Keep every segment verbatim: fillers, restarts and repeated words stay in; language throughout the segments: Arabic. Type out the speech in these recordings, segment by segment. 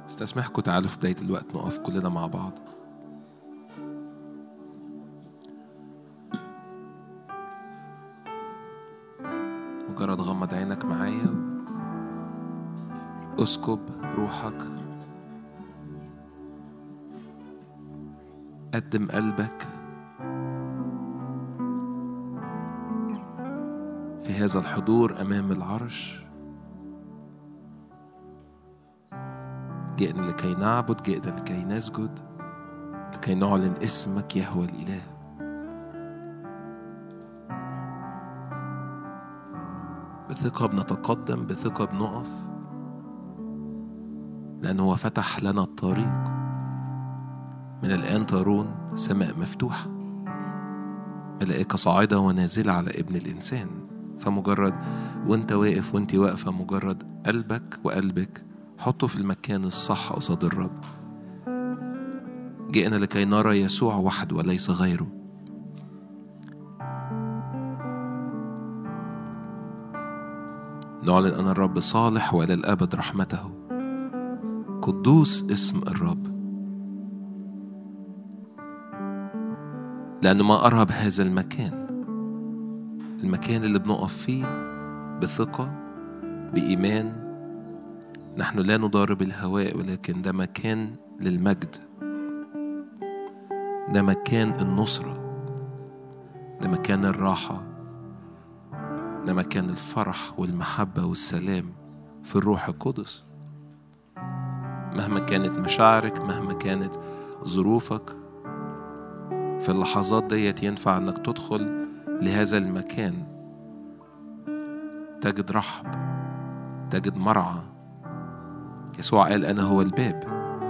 استسمحكم تعالوا في بداية الوقت نقف كلنا مع بعض. مجرد غمض عينك معايا، اسكب روحك، قدم قلبك في هذا الحضور أمام العرش. جئنا لكي نعبد، جئنا لكي نسجد، لكي نعلن اسمك يهوه الإله. بثقة بنتقدم، بثقة بنقف، لأنه هو فتح لنا الطريق. من الآن ترون سماء مفتوحة، ملائكة صاعدة ونازلة على ابن الإنسان. فمجرد وانت واقف وانت واقفة، مجرد قلبك وقلبك حطه في المكان الصح قصاد الرب. جئنا لكي نرى يسوع وحده وليس غيره. نعلن أن الرب صالح وإلى الأبد رحمته. قدوس اسم الرب، لأنه ما أرهب هذا المكان، المكان اللي بنقف فيه بثقة بإيمان. نحن لا نضارب الهواء، ولكن ده مكان للمجد، ده مكان النصرة، ده مكان الراحة، ده مكان الفرح والمحبة والسلام في الروح القدس. مهما كانت مشاعرك، مهما كانت ظروفك، في اللحظات ديت ينفع أنك تدخل لهذا المكان، تجد رحب، تجد مرعى. يسوع قال أنا هو الباب،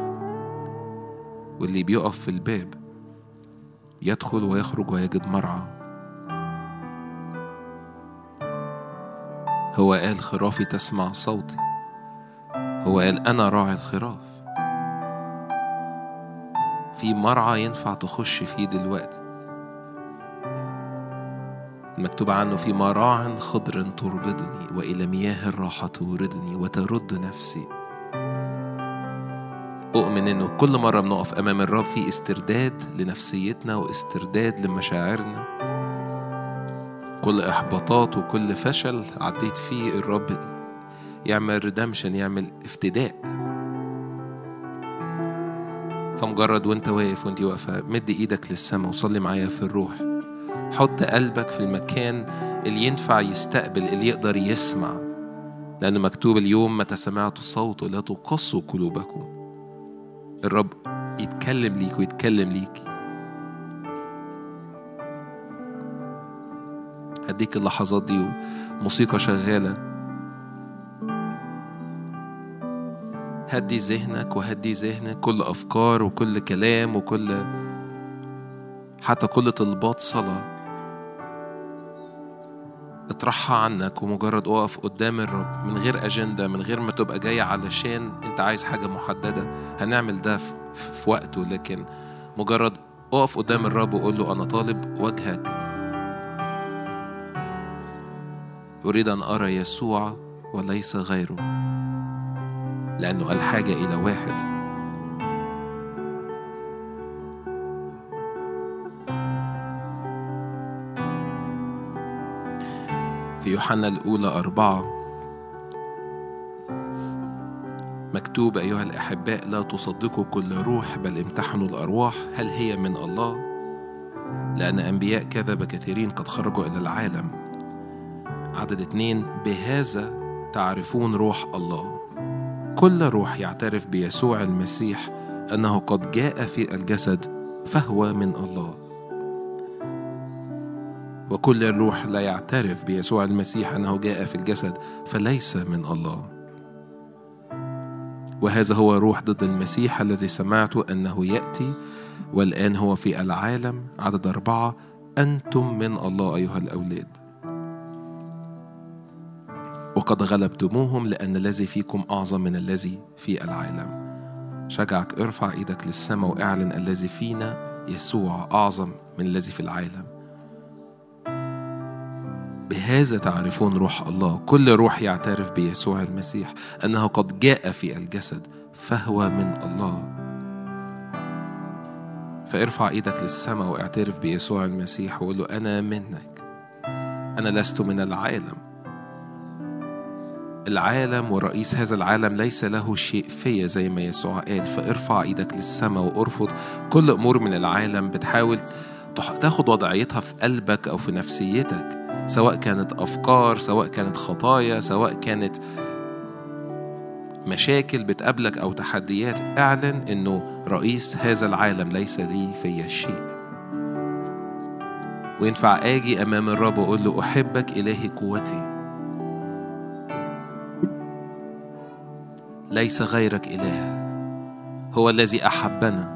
واللي بيقف في الباب يدخل ويخرج ويجد مرعى. هو قال خرافي تسمع صوتي. هو قال أنا راعي الخراف. في مرعى ينفع تخش فيه دلوقتي، المكتوب عنه في مراع خضر تربضني وإلى مياه الراحة توردني وترد نفسي. أؤمن إنه كل مرة بنقف أمام الرب في استرداد لنفسيتنا واسترداد لمشاعرنا. كل إحباطات وكل فشل عديت فيه الرب يعمل ريدمشن، يعمل افتداء. فمجرد وانت واقف وانت واقفة مد ايدك للسماء وصلي معايا في الروح. حط قلبك في المكان اللي ينفع يستقبل، اللي يقدر يسمع، لأنه مكتوب اليوم متى سمعتوا صوته لا تقسوا قلوبكم. الرب يتكلم ليك ويتكلم ليك. هديك اللحظات دي وموسيقى شغالة، هدي ذهنك وهدي ذهنك. كل أفكار وكل كلام وكل حتى كل طلبات صلاة اطرحها عنك، ومجرد اقف قدام الرب من غير أجندة، من غير ما تبقى جاي علشان انت عايز حاجة محددة. هنعمل ده في, في وقته، لكن مجرد اقف قدام الرب وقول له أنا طالب وجهك. أريد أن أرى يسوع وليس غيره، لأنه الحاجة إلى واحد. في يوحنا الأولى أربعة مكتوب أيها الأحباء لا تصدقوا كل روح بل امتحنوا الأرواح هل هي من الله، لأن أنبياء كذب كثيرين قد خرجوا إلى العالم. عدد اتنين بهذا تعرفون روح الله، كل روح يعترف بيسوع المسيح أنه قد جاء في الجسد فهو من الله، وكل الروح لا يعترف بيسوع المسيح أنه جاء في الجسد فليس من الله. وهذا هو روح ضد المسيح الذي سمعت أنه يأتي والآن هو في العالم. عدد أربعة أنتم من الله أيها الأولاد وقد غلبتموهم لأن الذي فيكم أعظم من الذي في العالم. شجعك ارفع إيدك للسماء واعلن الذي فينا يسوع أعظم من الذي في العالم. بهذا تعرفون روح الله، كل روح يعترف بيسوع المسيح أنه قد جاء في الجسد فهو من الله. فارفع ايدك للسماء واعترف بيسوع المسيح وقول له أنا منك، أنا لست من العالم. العالم ورئيس هذا العالم ليس له شيء فيا زي ما يسوع قال. فارفع ايدك للسماء وارفض كل أمور من العالم بتحاول تاخد وضعيتها في قلبك أو في نفسيتك، سواء كانت أفكار، سواء كانت خطايا، سواء كانت مشاكل بتقابلك أو تحديات. اعلن إنه رئيس هذا العالم ليس لي فيا شيء. وينفع آجي أمام الرب وأقول له أحبك إلهي قوتي، ليس غيرك إله، هو الذي أحبنا،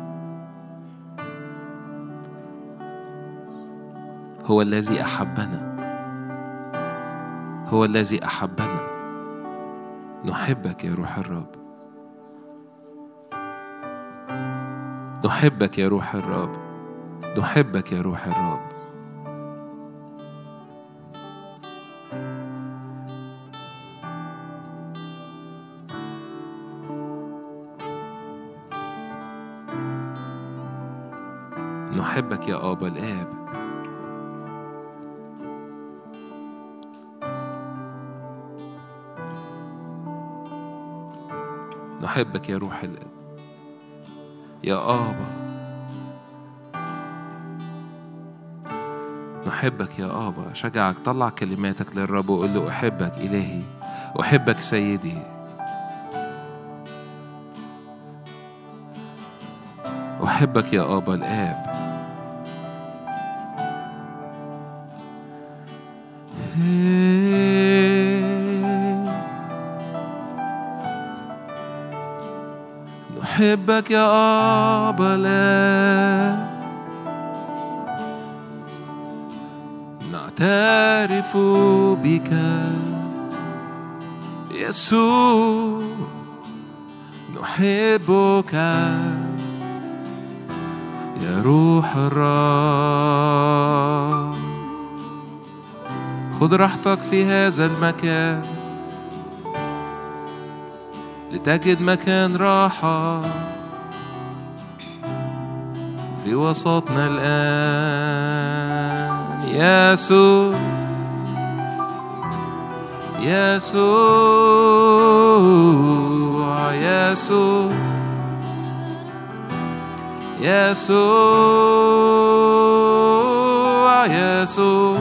هو الذي أحبنا، هو الذي أحبنا. نحبك يا روح الرب، نحبك يا روح الرب، نحبك يا روح الرب. نحبك يا آبا الآب. نحبك يا روح الآب يا آبا. نحبك يا آبا. شجعك طلع كلماتك للرب وقول له أحبك إلهي، أحبك سيدي، أحبك يا آبا الآب. نحبك يا آبا الآب، نعترف بك يسوع، نحبك يا روح الرب. خذ راحتك في هذا المكان لتجد مكان راحة في وسطنا الآن. يسوع يسوع يسوع يسوع يسوع.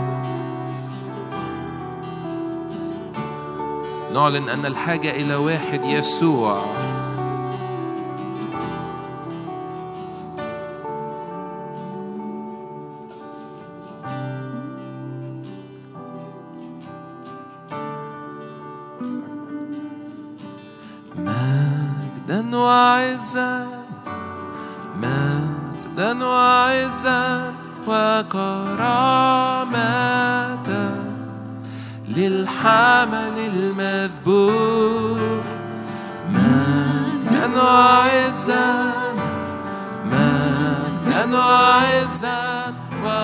نعلن أن الحاجة إلى واحد يسوع. مجدا وعزا، مجدا وعزا وكرامة للحمل المذبوح. مجدا وعزا، مجدا وعزا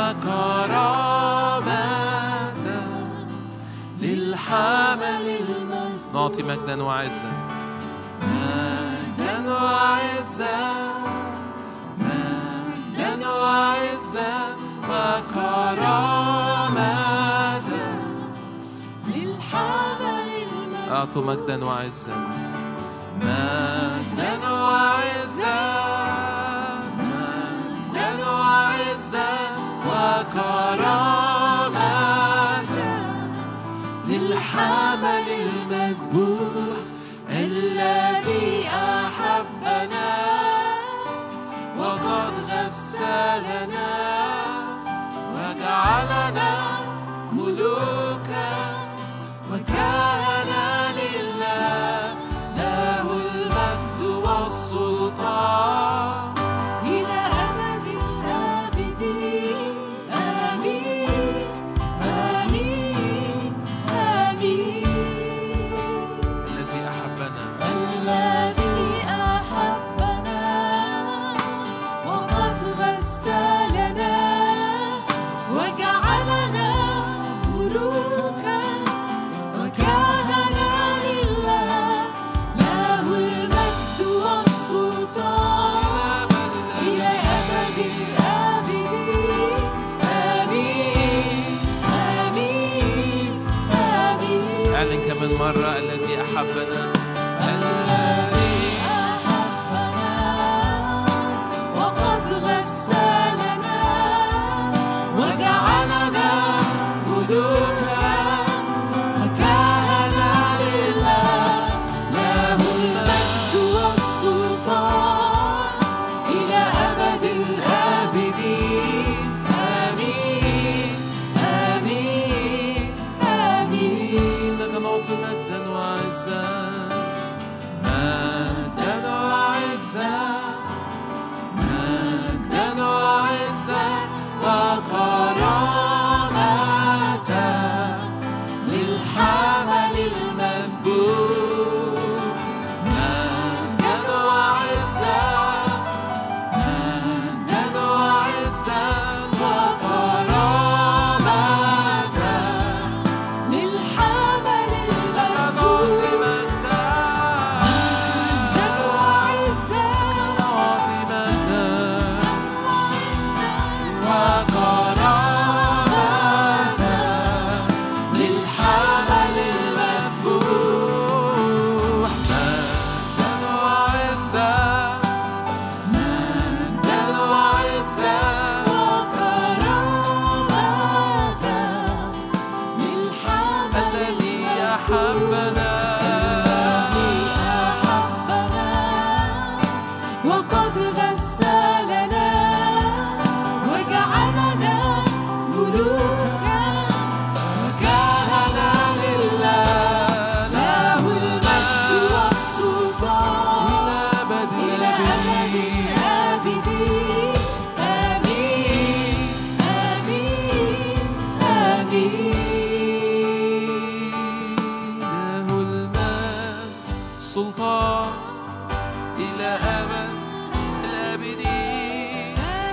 وكرامة للحمل المذبوح. نعطي مجدا وعزا، مجدا وعزا، مجدا وعزا وكرامة أعطوا مجدا وعزا، مجدا وعزا، مجدا وعزا وكرامة للحمل المذبوح الذي أحبنا وقد غسلنا وجعلنا ملوكا وكان لله له المجد إلى أبد الآبدين.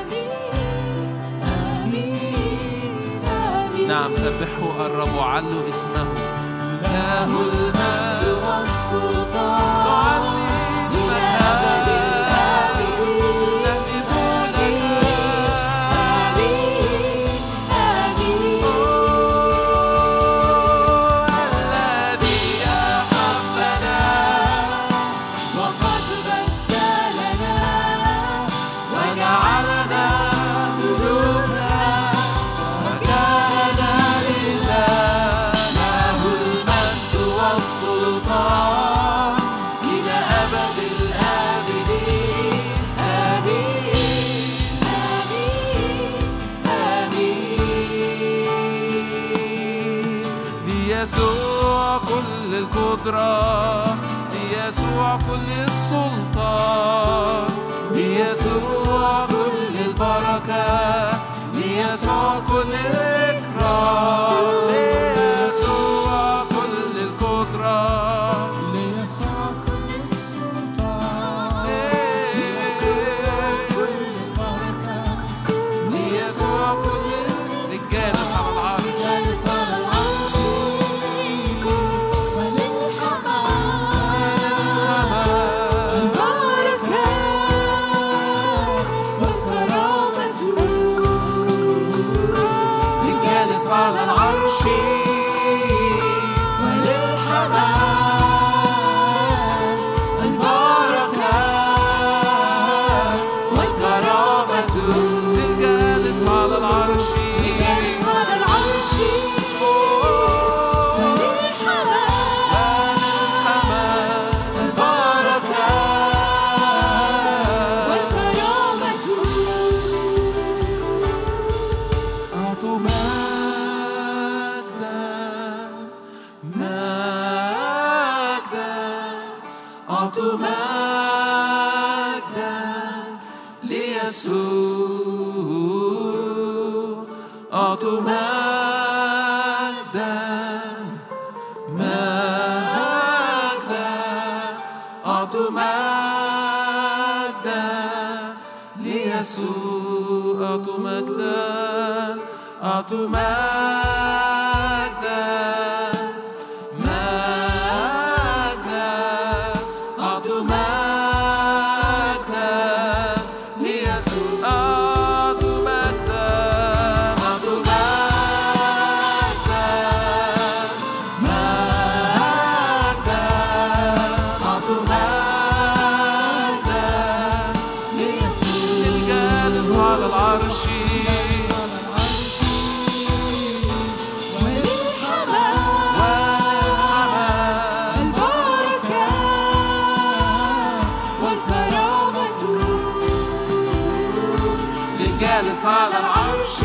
نعم سبحوا قربوا علوا اسمه. له المجد والسلطان تعلي اسمك نهتف لك. الذي أحبنا وقد غسلنا وجعلنا ملوكا وكاننا لله. له المجد والسلطان إلى أبد الآبدين. آمين آمين آمين. ليسوع كل القدرة، ليسوع كل السلطان، ليسوع كل البركة، ليسوع كل الإكرام. ليسوع كل القدرة، ليسوع كل السلطان، ليسوع كل البركة، ليسوع كل الجالس على العرش. جالس على العرش وللحمام البركة والكرامة الجالس على العرش وللحمام البركة والكرامة للجالس على العرش. جالس على العرش وللحمام البركة والكرامة. أعطوا مجدا مجدا، أعطوا مجدا ليسوع. أعطوا مجدا مجدا، أعطوا مجدا ليسوع. أعطوا مجدا أعطوا مجدا مجدا، أعطوا مجدا ليسوع. أعطوا مجدا أعطوا مجدا مجدا، أعطوا مجدا ليسوع. للجالس على العرش جالس على العرش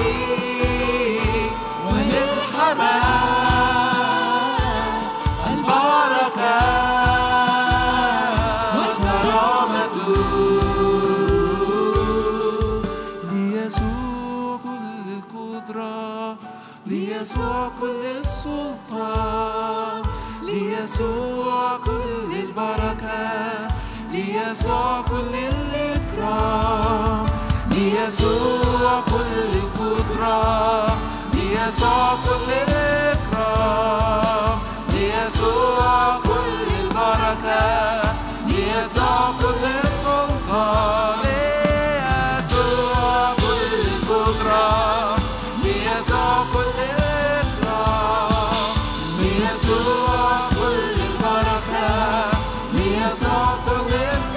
وللحمام البركة والكرامة. ليسوع كل القدرة، ليسوع كل السلطان، ليسوع كل البركة، ليسوع كل الإكرام. ليسوع كل القدرة، ليسوع كل الإكرام، ليسوع كل البركة، ليسوع كل السلطان. ليسوع كل القدرة، ليسوع كل الإكرام، ليسوع كل البركة، ليسوع كل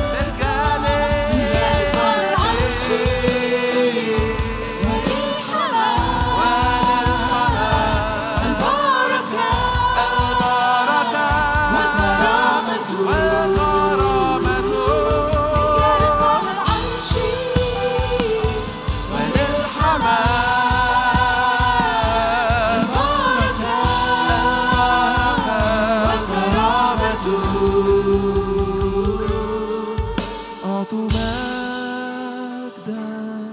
أعطوا مجدا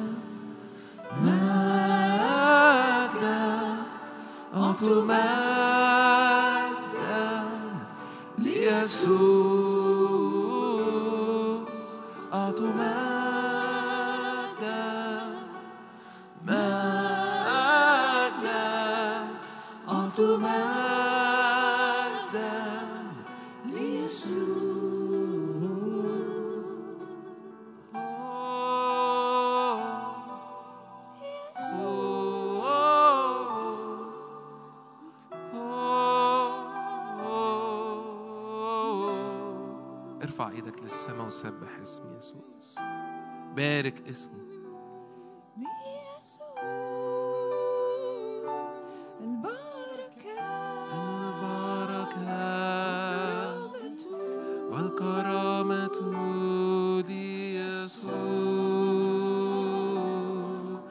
مجدا، أعطوا مجدا ليسوع. أعطوا مجدا مجدا أعطوا مجدا ليسوع. ارفع ايدك للسماء وسبح اسم يسوع، بارك اسمه. والكرامة ليسوع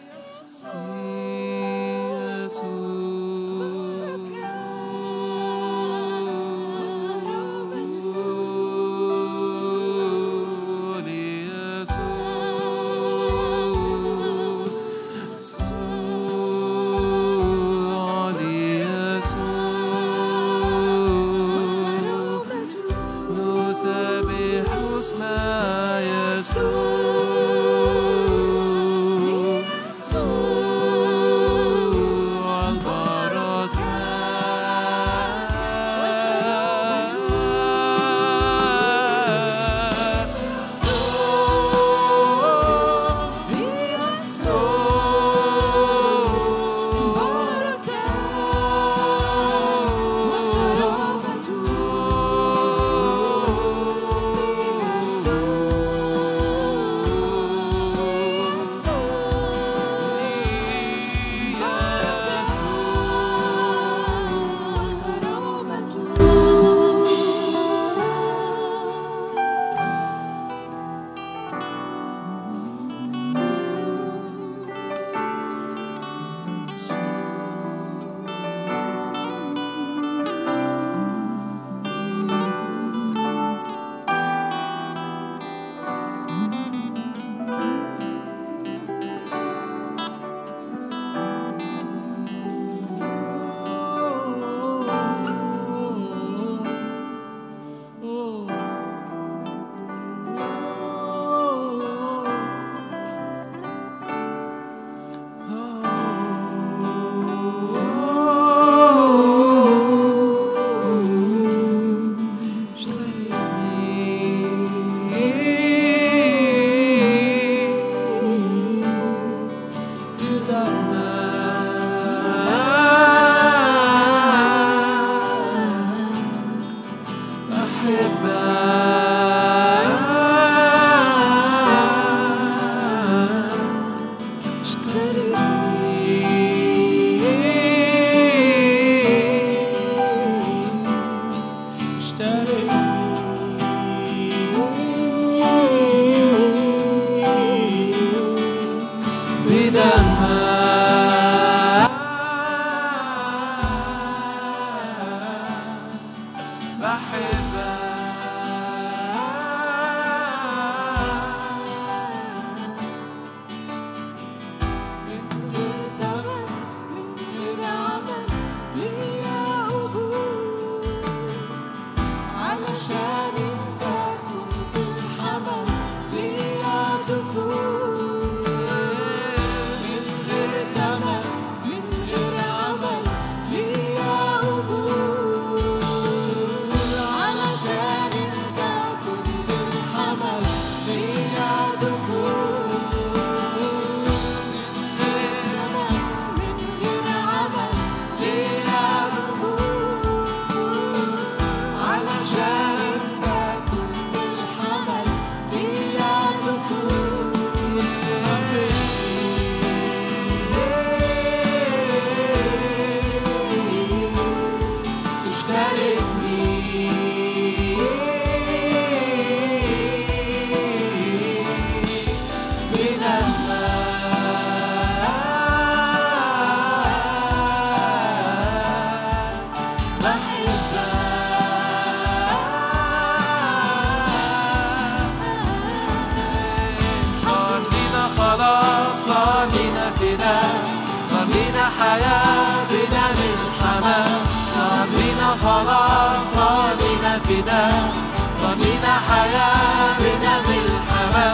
حياة بدم الحمام، صار لنا خلاص، صار لنا فداء، صار لنا حياة بدم الحمام.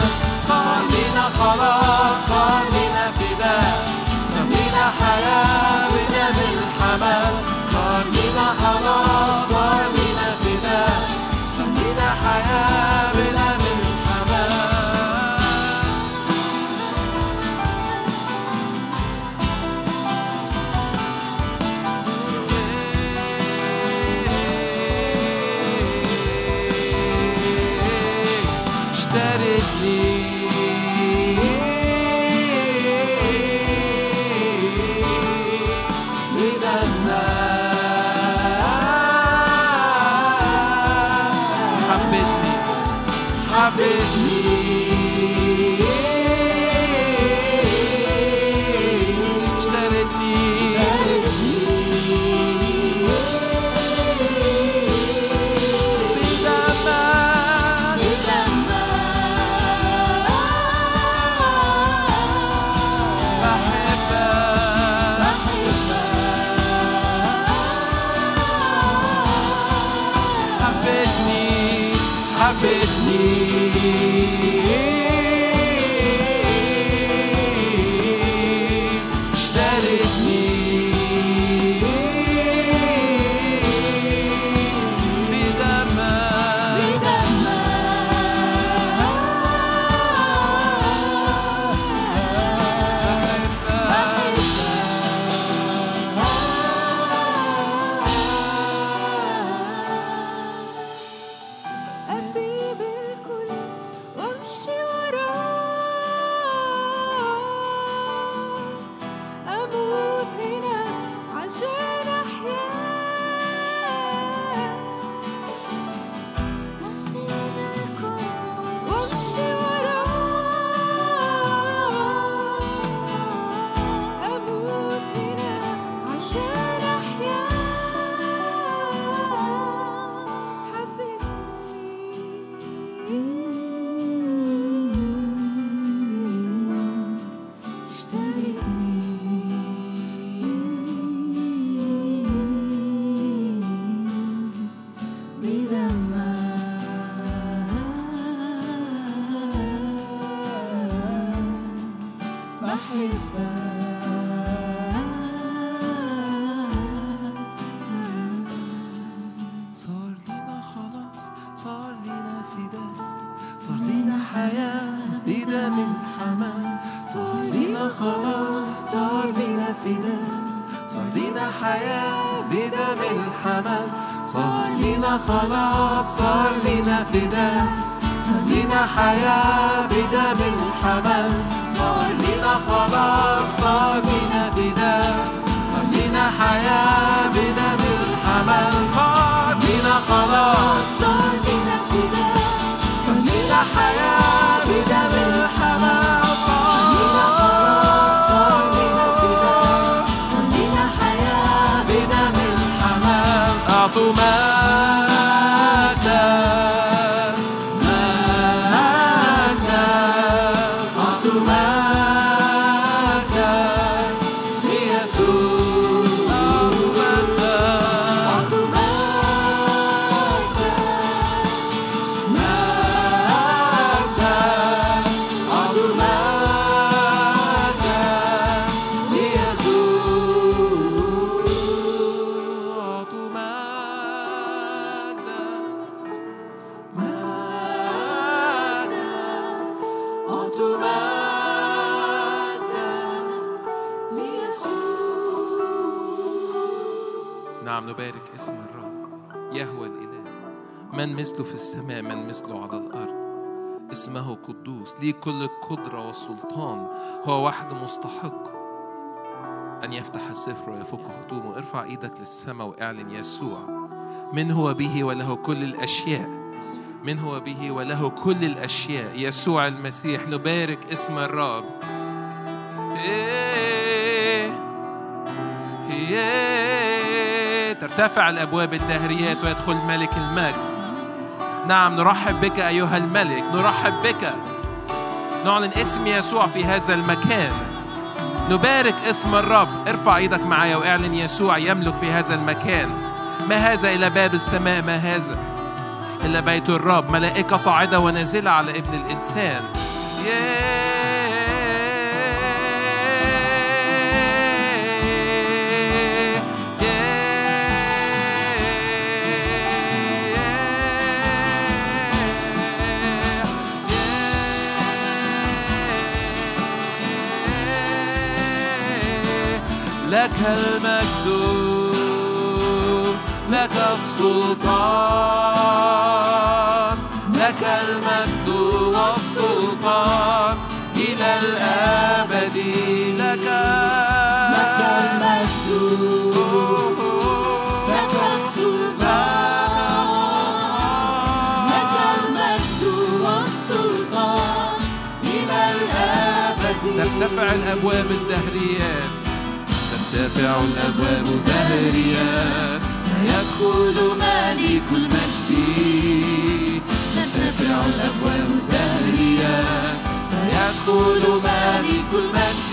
اشترتني حبتني اشترتني بدمك بحبك حبتني حبتني خلاص صار لنا فداء صار لنا حياة بدم الحمل صار لنا خلاص صار لنا فداء صار لنا حياة بدم الحمل صار لنا خلاص صار لنا فداء صار لنا حياة بدم الحمل صار لنا خلاص صار لنا فداء صار لنا حياة بدم الحمل أعطوا مثله في السماء من مثله على الأرض اسمه قدوس ليه كل القدرة والسلطان هو وحده مستحق أن يفتح السفر ويفك ختومه ارفع إيدك للسماء واعلن يسوع من هو به وله كل الأشياء من هو به وله كل الأشياء يسوع المسيح نبارك اسم الرب ترتفع الأبواب الدهريات ويدخل ملك المجد نعم نرحب بك أيها الملك نرحب بك نعلن اسم يسوع في هذا المكان نبارك اسم الرب ارفع ايدك معايا واعلن يسوع يملك في هذا المكان ما هذا إلى باب السماء ما هذا إلا بيت الرب ملائكة صاعدة ونازلة على ابن الإنسان لك المجد لك السلطان لك المجد والسلطان إلى الأبد. لك لك المجد لك السلطان لك المجد والسلطان إلى الأبد. ترتفع الأبواب الدهريات ترتفع الأبواب الدهريات يدخل ملك المجد. ترتفع الأبواب الدهريات يدخل ملك المجد.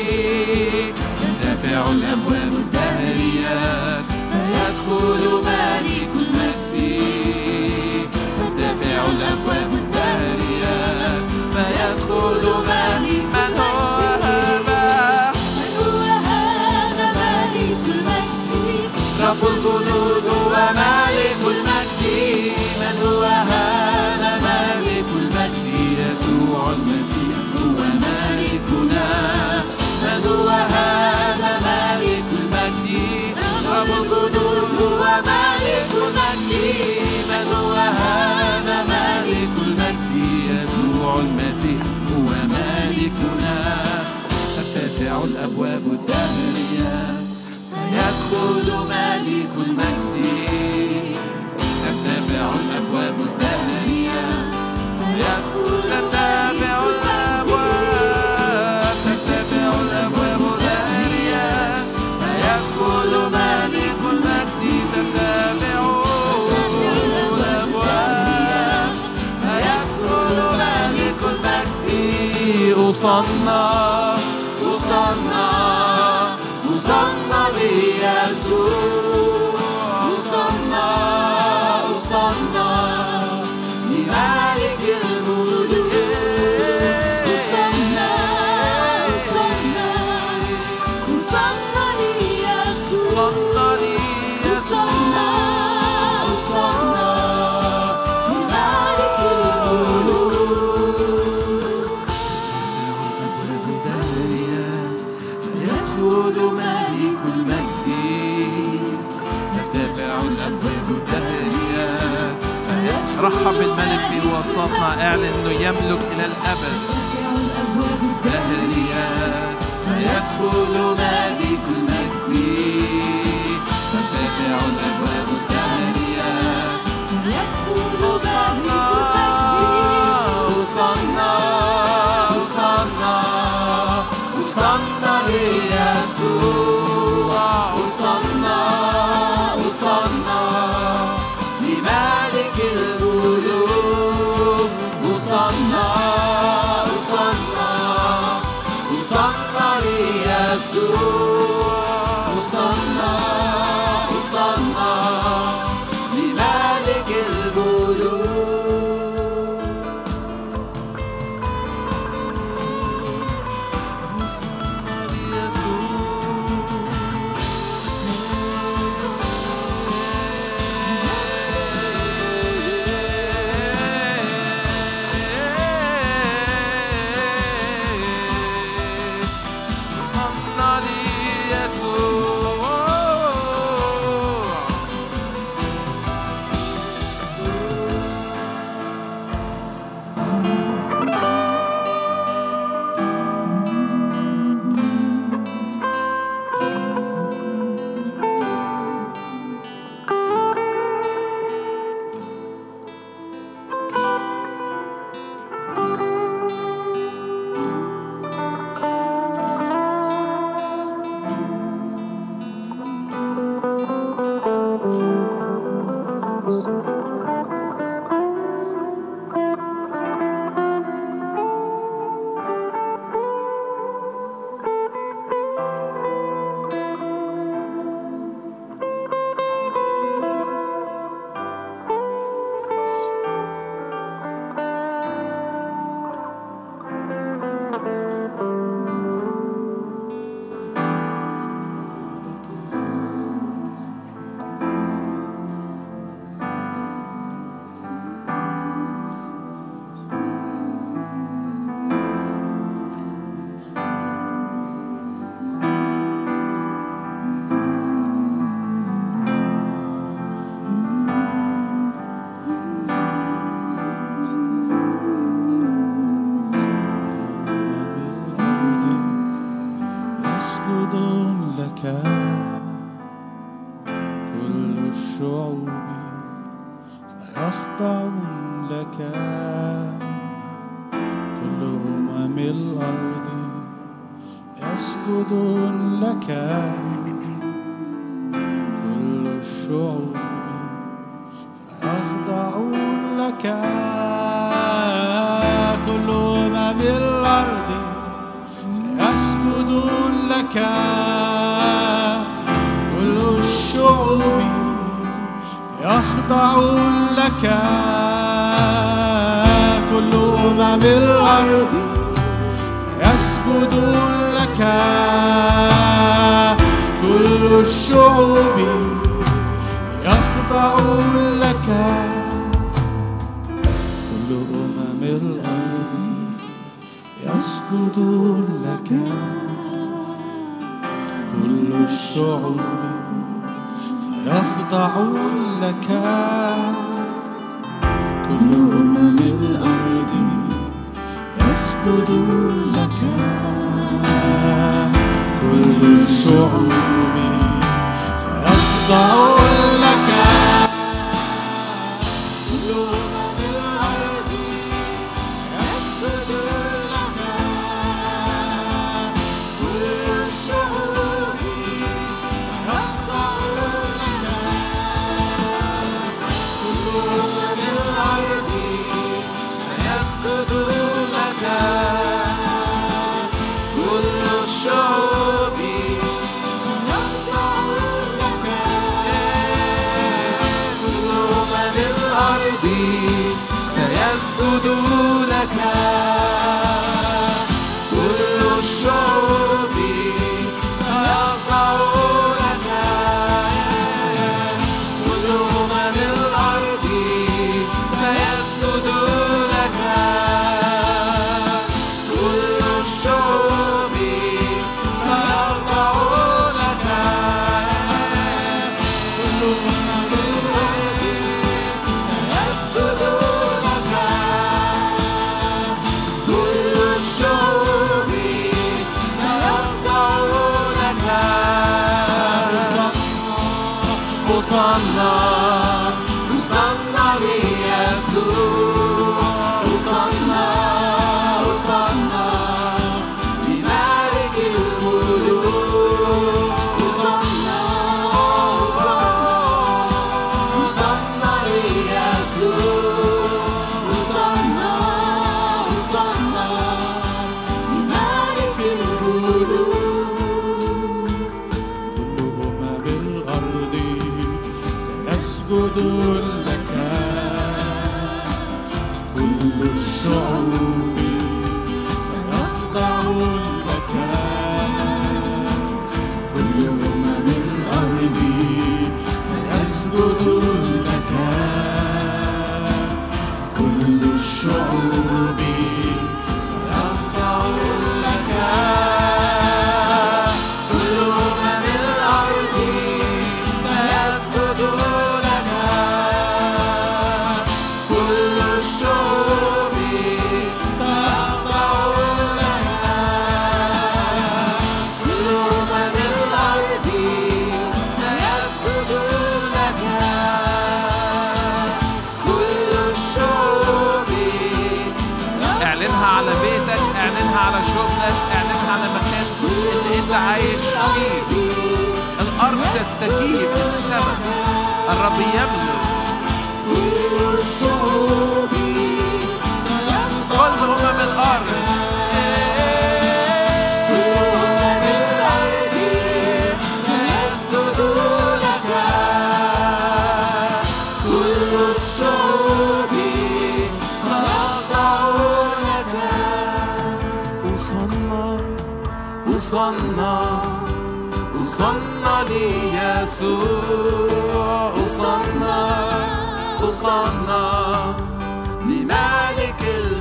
ترتفع الأبواب الدهريات يدخل ملك المجد. ترتفع الأبواب الدهريات فيدخل ملك. من هو هذا؟ من هو هذا ملك المجد؟ رب الجنود وملك المجد. من هو هذا ملك المجد؟ يسوع المسيح هو ملكنا. من هو هذا ملك المجد؟ رب الجنود هو ملك المجد. من هو هذا ملك المجد؟ يسوع المسيح هو ملكنا. ترتفع الأبواب الدهرية فيدخل ملك المجد. ترتفع الأبواب الدهرية فيدخل. ترتفع الأبواب ترتفع الأبواب الدهرية فيدخل ملك المجد. ترتفع الأبواب فيدخل ملك المجد. أصنع أصنع أصنع ليسوع. أصنع أصنع لملك الملوك. أصنع أصنع أصنع ليسوع. أصنع ليسوع. أصنع لملك الملوك. الأبواب الدهريات فيدخل ملك المجد. ترتفع الأبواب الدهريات. رحب بالملك في وسطنا. اعلن انه يملك الى الابد. الدهريات فيدخل ملك المجد. ترتفع الابواب الدهريات يدخل أصنع أصنع أصنع أصنع ليسوع. أصنع أصنع لملك الملوك. أصنع أصنع أصنع ليسوع. أصنع أصنع لملك الملوك. أمم الأرض يسجدون لك، كل الشعوب سيخضعون لك، كل أمم الأرض سيسجدون لك، كل الشعوب يخضعون لك، كل أمم الأرض سيسجدون لك، كل الشعوب يخضعون لك، كل أمم الأرض يسجدون لك، كل الشعوب سيخضعون لك، كل أمم الأرض يسجدون لك، كل الشعوب سيخضعون لك، كل أمم الأرض يسجدون لك، كل الشعوب سيخضعون لك، كل أمم الأرض سيسجدون لك، كل الشعوب يخضعون لك، كل أمم الأرض سيسجدون لك، كل الشعوب سيخضعون لك، كل أمم الأرض سيسجدون لك، كل الشعوب سيخضعون لك، كل أمم الأرض سيسجدون لك، كل الشعوب سيخضعون لك. هوصنا هوصنا ليسوع، هوصنا هوصنا لملك الملوك، هوصنا هوصنا ليسوع، هوصنا هوصنا لملك الملوك، كل أمم الأرض سيسجدون لك، كل الشعوب سيخضعون لك، كل أمم الأرض سيسجدون لك، كل الشعوب سيخضعون لك، كل أمم الأرض سيسجدون لك، كل الشعوب سيخضعون لك، كل أمم الأرض سيسجدون لك، كل الشعوب. اعلنها على بيتك، اعلنها على شغلك، اعلنها على مكان اللي انت عايش فيه. الأرض تستجيب، السماء الرب يملك، كل الشعوب كل أمم الأرض، كل أمم الأرض سيسجدون لك، كل الشعوب سيخضعون لك. وصلنا وصلنا وصلنا ليسوع، وصلنا وصلنا لملك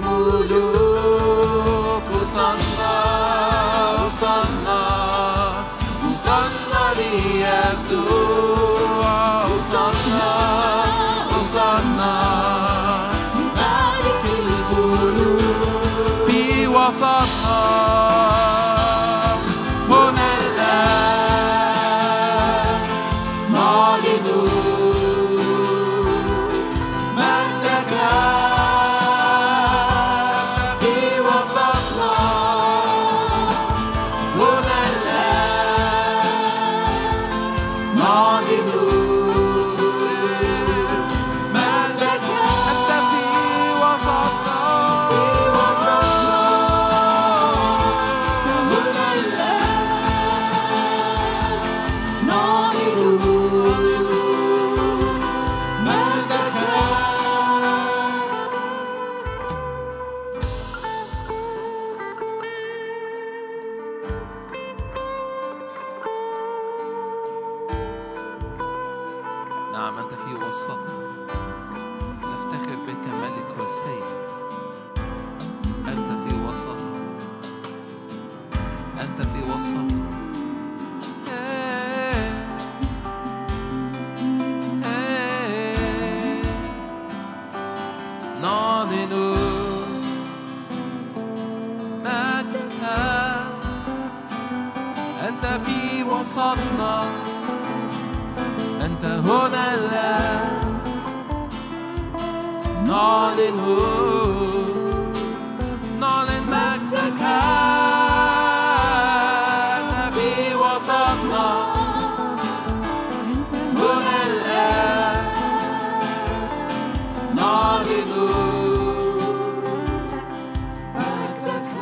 الملوك، وصلنا وصلنا وصلنا ليسوع، وصلنا وصلنا لملك الملوك في وسطنا هنا الآن، نعلن مجدك في وسطنا. نعم أنت في وسطنا، نفتخر بك ملك والسيد. أنت في وسطنا، أنت في وسطنا. نعلن مجدك، أنت في وسطنا، أنت هنا الآن. نعلن نعلن مجدك، أنت في وسطنا، هنا الآن. نعلن مجدك.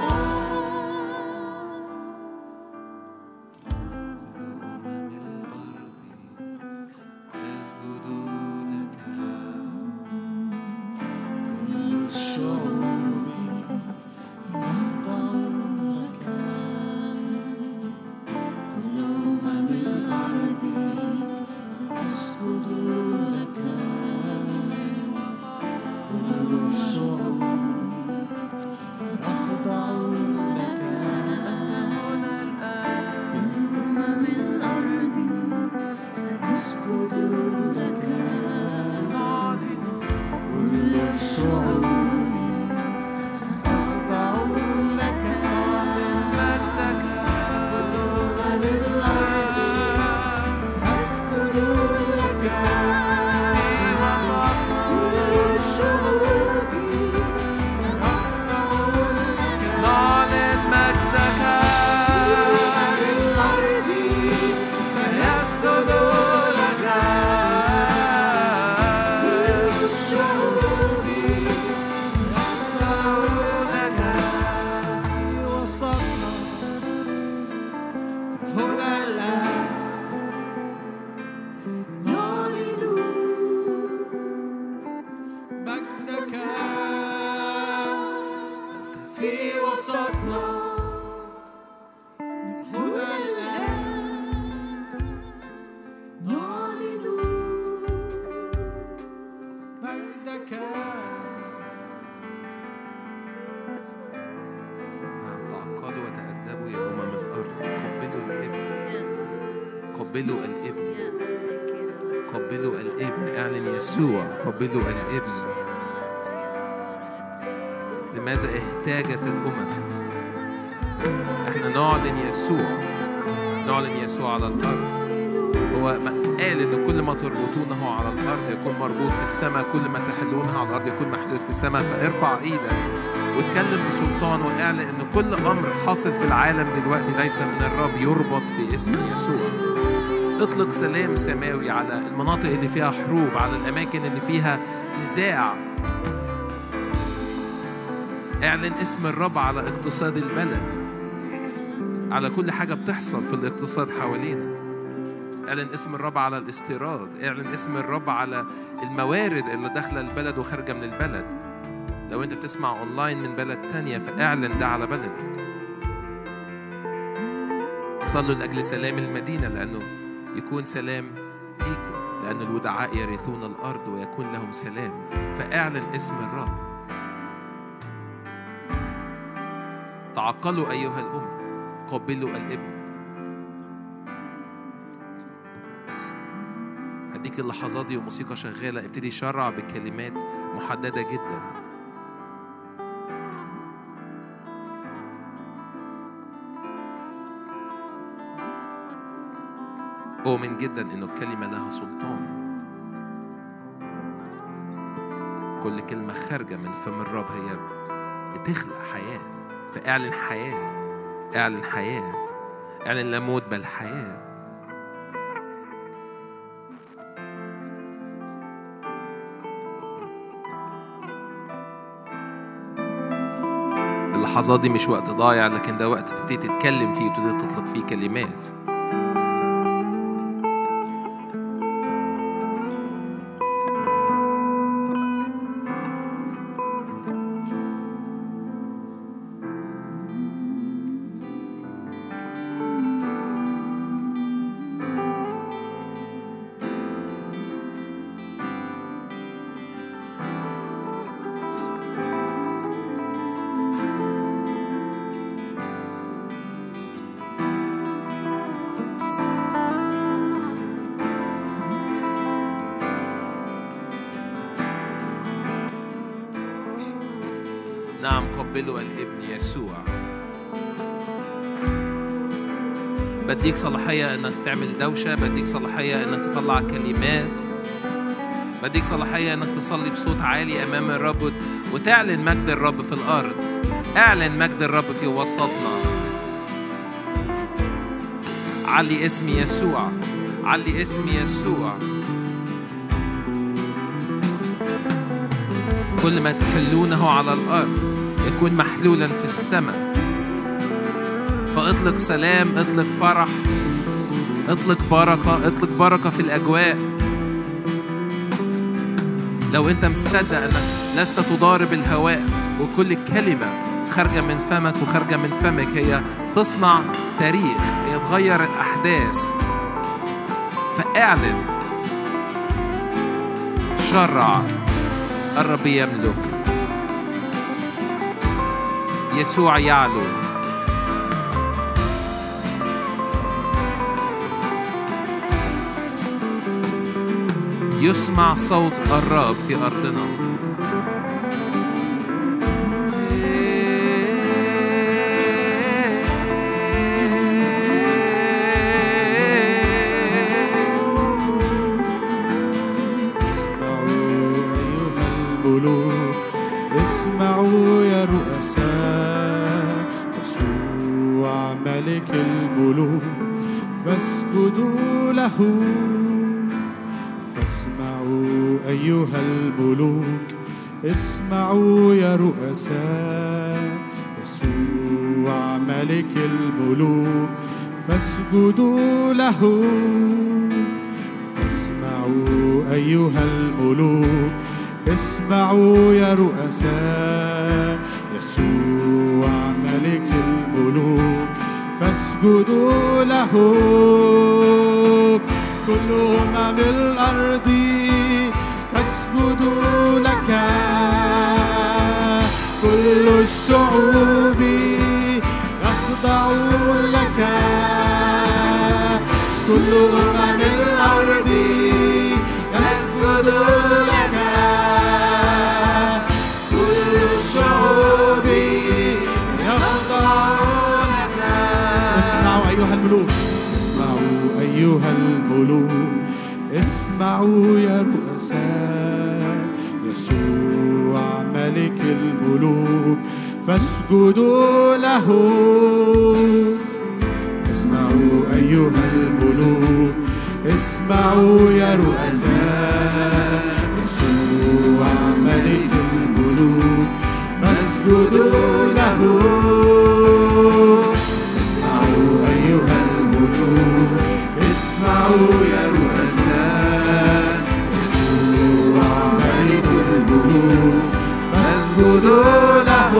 قبلوا الابن، قبلوا الابن، اعلن يسوع، قبلوا الابن. لماذا احتاجت الأمم؟ احنا نعلن يسوع، نعلن يسوع على الأرض. هو قال إن كل ما تربطونه على الأرض يكون مربوط في السماء، كل ما تحلونه على الأرض يكون محلول في السماء. فارفع إيدك واتكلم بسلطان واعلن إن كل أمر حاصل في العالم دلوقتي ليس من الرب يربط في اسم يسوع. اطلق سلام سماوي على المناطق اللي فيها حروب، على الأماكن اللي فيها نزاع. اعلن اسم الرب على اقتصاد البلد، على كل حاجة بتحصل في الاقتصاد حوالينا. اعلن اسم الرب على الاستيراد، اعلن اسم الرب على الموارد اللي داخلة البلد وخارجة من البلد. لو انت بتسمع اونلاين من بلد تانية فاعلن ده على بلدك. صلوا لأجل سلام المدينة، لأنه يكون سلام ليكم، لأن الودعاء يرثون الأرض ويكون لهم سلام. فاعلن اسم الرب. تعقلوا أيها الأمم، قبلوا الابن. هديك اللحظات دي وموسيقى شغالة، ابتدي يشرع بكلمات محددة جدا. أؤمن جدا إنه الكلمة لها سلطان. كل كلمة خارجة من فم الرب هي بتخلق حياة. فاعلن حياة، اعلن حياة، اعلن لا موت بل حياة. اللحظات دي مش وقت ضايع، لكن ده وقت تبتدي تتكلم فيه وتبتدي تطلق فيه كلمات. قبلوا الابن يسوع. بديك صلاحية انك تعمل دوشة، بديك صلاحية انك تطلع كلمات، بديك صلاحية انك تصلي بصوت عالي امام الرب وتعلن مجد الرب في الارض. اعلن مجد الرب في وسطنا. علي اسم يسوع، علي اسم يسوع. كل ما تحلونه على الارض يكون محلولا في السماء. فاطلق سلام، اطلق فرح، اطلق بركة، اطلق بركة في الأجواء. لو أنت مصدق أنك لست تضارب الهواء وكل كلمة خارجة من فمك وخارجة من فمك هي تصنع تاريخ، هي تغير الأحداث، فاعلن. شرع الرب يملك، يسوع يعلو. يسمع صوت الرب في أرضنا. اسمعوا يا رؤساء، يسوع ملك الملوك فاسجدوا له. فاسمعوا أيها الملوك، اسمعوا يا رؤساء، يسوع ملك الملوك فاسجدوا له. فاسمعوا أيها الملوك، اسمعوا يا رؤساء، يسوع ملك الملوك فاسجدوا له. كل أمم الأرض تسجد لك، كل الشعوب يخضع لك، كل أمم الأرض تسجد لك، كل الشعوب يخضع لك. اسمعوا أيها الملوك، اسمعوا أيها الملوك، اسمعوا يا رؤساء، يسوع ملك الملوك فاسجدوا له. اسمعوا أيها الملوك، اسمعوا يا رؤساء، يسوع ملك الملوك فاسجدوا له. اسمعوا أيها الملوك، اسمعوا يا رؤساء، يسوع ملك الملوك فاسجدوا له.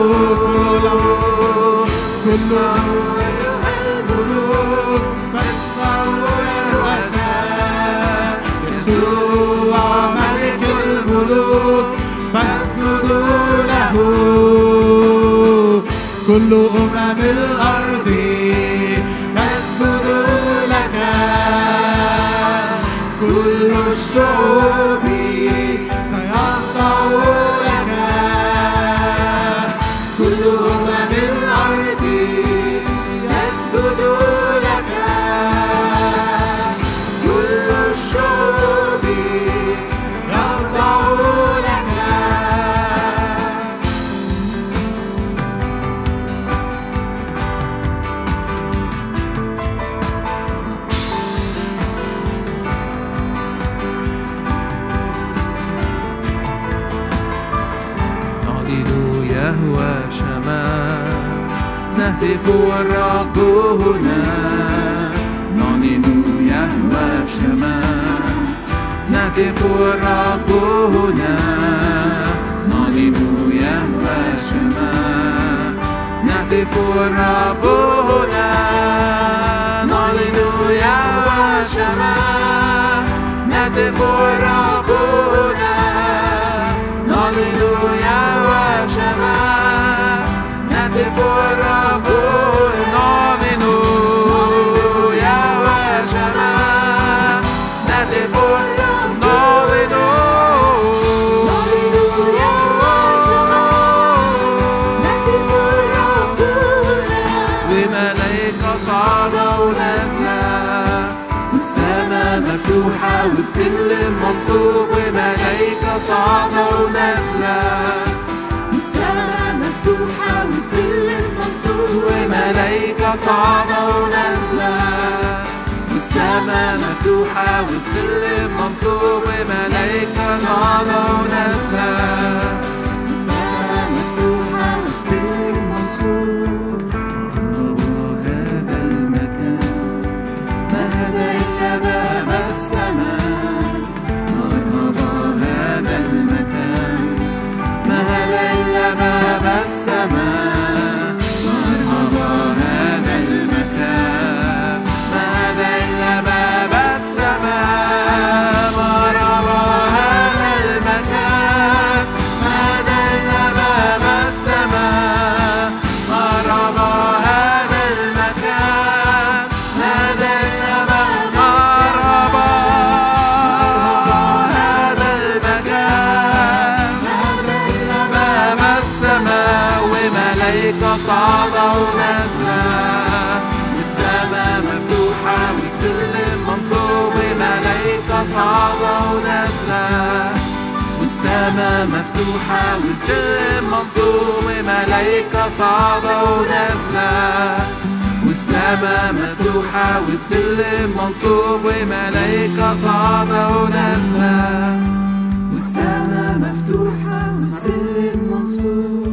اسمعوا أيها الملوك، فاسمعوا يا رؤساء، يسوع ملك الملوك فاسجدوا له. كل أمم الأرض تسجد لك، كل الشعوب سيخضع لك، كل أمم الأرض تسجد لك، كل الشعوب يخضع لك. يهوى شمال نهتف والرب هنا. نعلن يهوى شمال نهتف والرب هنا. نعلن يهوى شمال نهتف والرب هنا. نعلن يهوى شمال نهتف والرب هنا. نعلن يهوى شمال نهتف والرب. نعلن يهوى شمال نهتف والرب. نعلن نعلن يهوى شمال نهتف والسلم منصوب وملايكة صاعدة ونازلة والسماء مفتوحة والسلم منصوب وملايكة صاعدة ونازلة والسماء مفتوحة والسلم منصوب وملايكة صاعدة ونازلة السماء مفتوحة والسلم منصوب. مرحبا هذا المكان ما هذا إلا باب السماء مرحبا هذا المكان ما هذا إلا باب السماء مرحبا هذا المكان ما هذا إلا باب السماء مرحبا هذا المكان ما هذا إلا باب السماء مرحبا هذا المكان ما هذا إلا باب مرحبا هذا المكان باب السماء وملايكة صاعدة ونازلة والسماء مفتوحة والسلم منصوب وملايكة صاعدة ونازلة والسماء مفتوحة والسلم منصوب وملايكة صاعدة ونازلة والسماء مفتوحة والسلم منصوب وملايكة صاعدة ونازلة والسماء مفتوحة والسلم منصوب.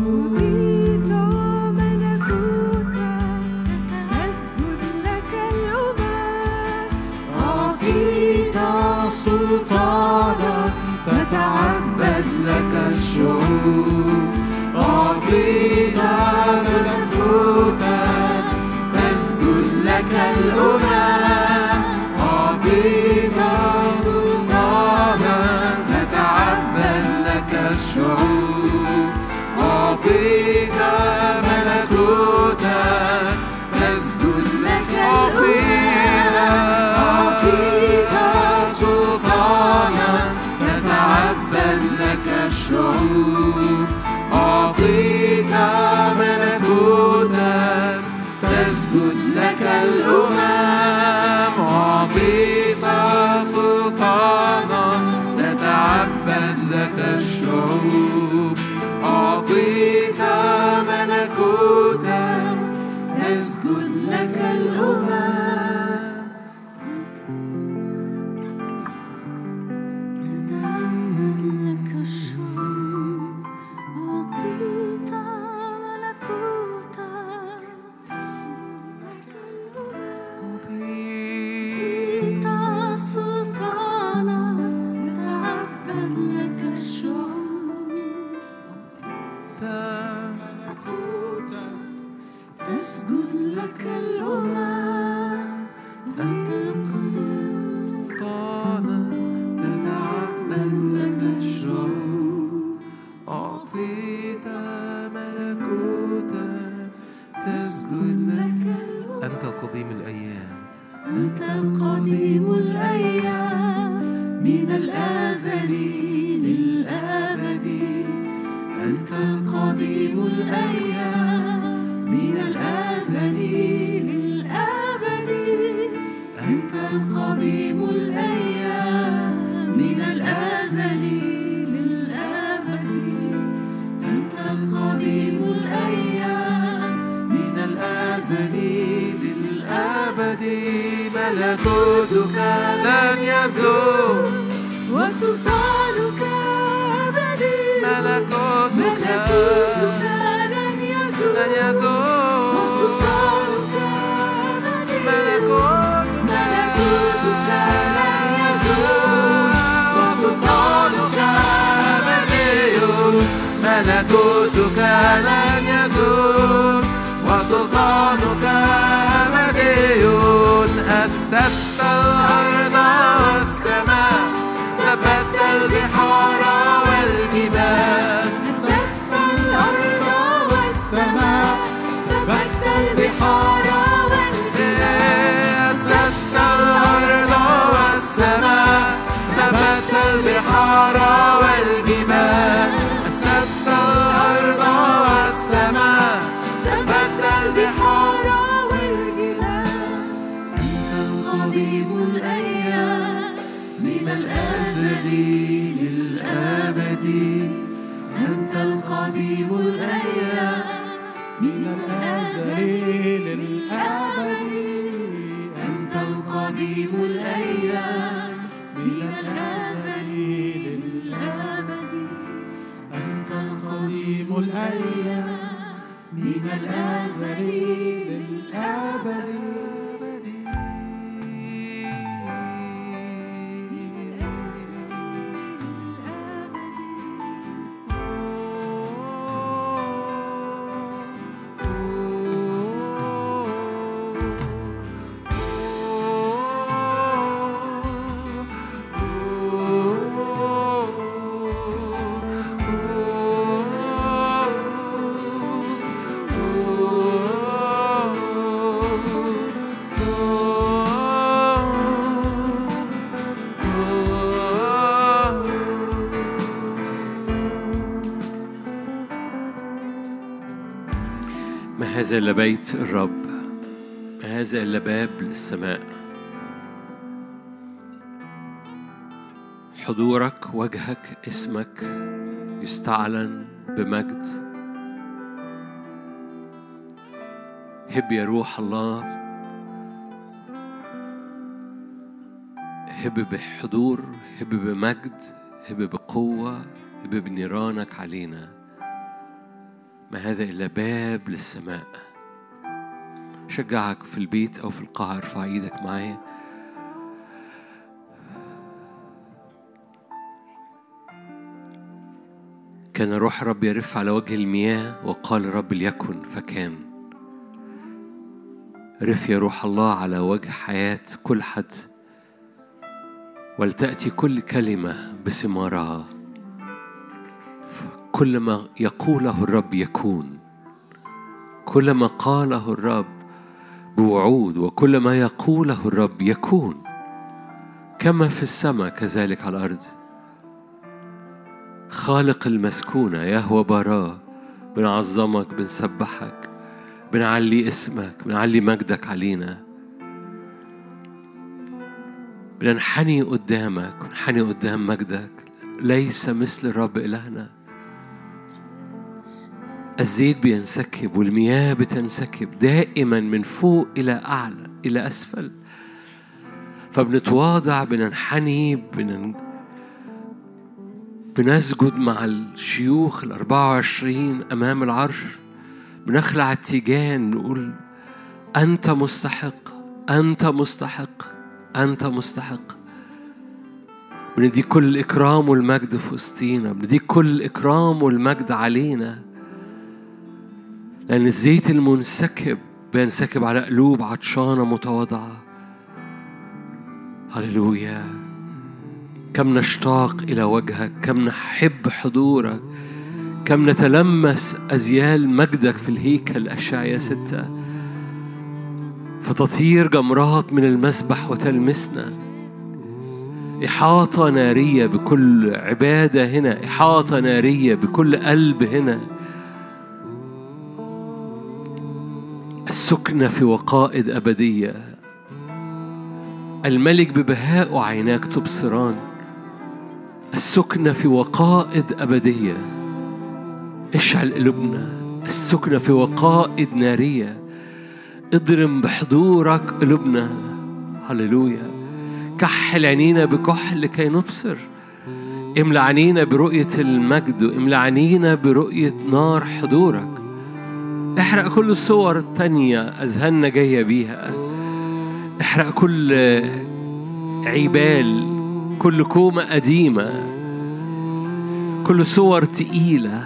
أعطيت سلطانا تتعبد لك الشعوب أعطيت ملكوتا تسجد لك الأمم أعطيت سلطانا تتعبد لك الشعوب أعطيت ملكوتا تسجد لك الأمم أعطيت سلطانا تتعبد لك الشعوب أعطيت ملكوتا تسجد لك الأمم أعطيت سلطانا تتعبد لك الشعوب أعطيت ملكوتا تسجد لك الأمم ملكوتك لن يزول وسلطانك أبدي ملكوتك لن يزول لن يزول وسلطانك أبدي ملكوتك لن يزول وسلطانك أبدي ملكوتك لن يزول وسلطانك أبدي أسست الأرض والسماء ثبت البحار والجبال أسست الأرض والسماء ثبت البحار والجبال أسست الأرض والسماء ثبت البحار والجبال أسست الأرض والسماء ثبت البحار والجبال قديم الأيام من للأبد أنت القديم الأيام من الأزل للأبد أنت القديم الأيام من الأزل للأبد أنت القديم الأيام من الأزل للأبد هذا إلا بيت الرب، هذا إلا باب للسماء. حضورك، وجهك، اسمك يستعلن بمجد. هب يا روح الله، هب بحضور، هب بمجد، هب بقوة، هب بنيرانك علينا. ما هذا إلا باب للسماء. شجعك في البيت أو في القاعة، ارفع ايدك معايا. كان روح رب يرف على وجه المياه وقال رب ليكن فكان. رف يا روح الله على وجه حياة كل حد، ولتأتي كل كلمة بثمارها. كل ما يقوله الرب يكون، كل ما قاله الرب بوعود، وكل ما يقوله الرب يكون، كما في السماء كذلك على الأرض. خالق المسكونة يهوى براه، بنعظمك، بنسبحك، بنعلي اسمك، بنعلي مجدك علينا. بننحني قدامك ونحني قدام مجدك. ليس مثل الرب إلهنا. الزيت بينسكب والمياه بتنسكب دائما من فوق إلى أعلى إلى أسفل. فبنتواضع، بننحني، بنن... بنسجد مع الشيوخ الأربعة وعشرين أمام العرش. بنخلع التيجان، نقول أنت مستحق، أنت مستحق، أنت مستحق. بنديك كل الإكرام والمجد في وسطينا، بنديك كل الإكرام والمجد علينا، لأن الزيت المنسكب بينسكب على قلوب عطشانة متواضعة. هللويا. كم نشتاق إلى وجهك، كم نحب حضورك، كم نتلمس أزيال مجدك في الهيكل. أشعياء ستة. فتطير جمرات من المسبح وتلمسنا. إحاطة نارية بكل عبادة هنا، إحاطة نارية بكل قلب هنا. السكنة في وقائد أبدية. الملك ببهاء عيناك تبصران. السكنة في وقائد أبدية. اشعل قلوبنا. السكنة في وقائد نارية. اضرم بحضورك قلوبنا. هللويا. كحل عينينا بكحل لكي نبصر. املى عينينا برؤية المجد، واملى عينينا برؤية نار حضورك. احرق كل الصور التانية أذهاننا جاية بيها. احرق كل عبال، كل كومة قديمة، كل صور تقيلة،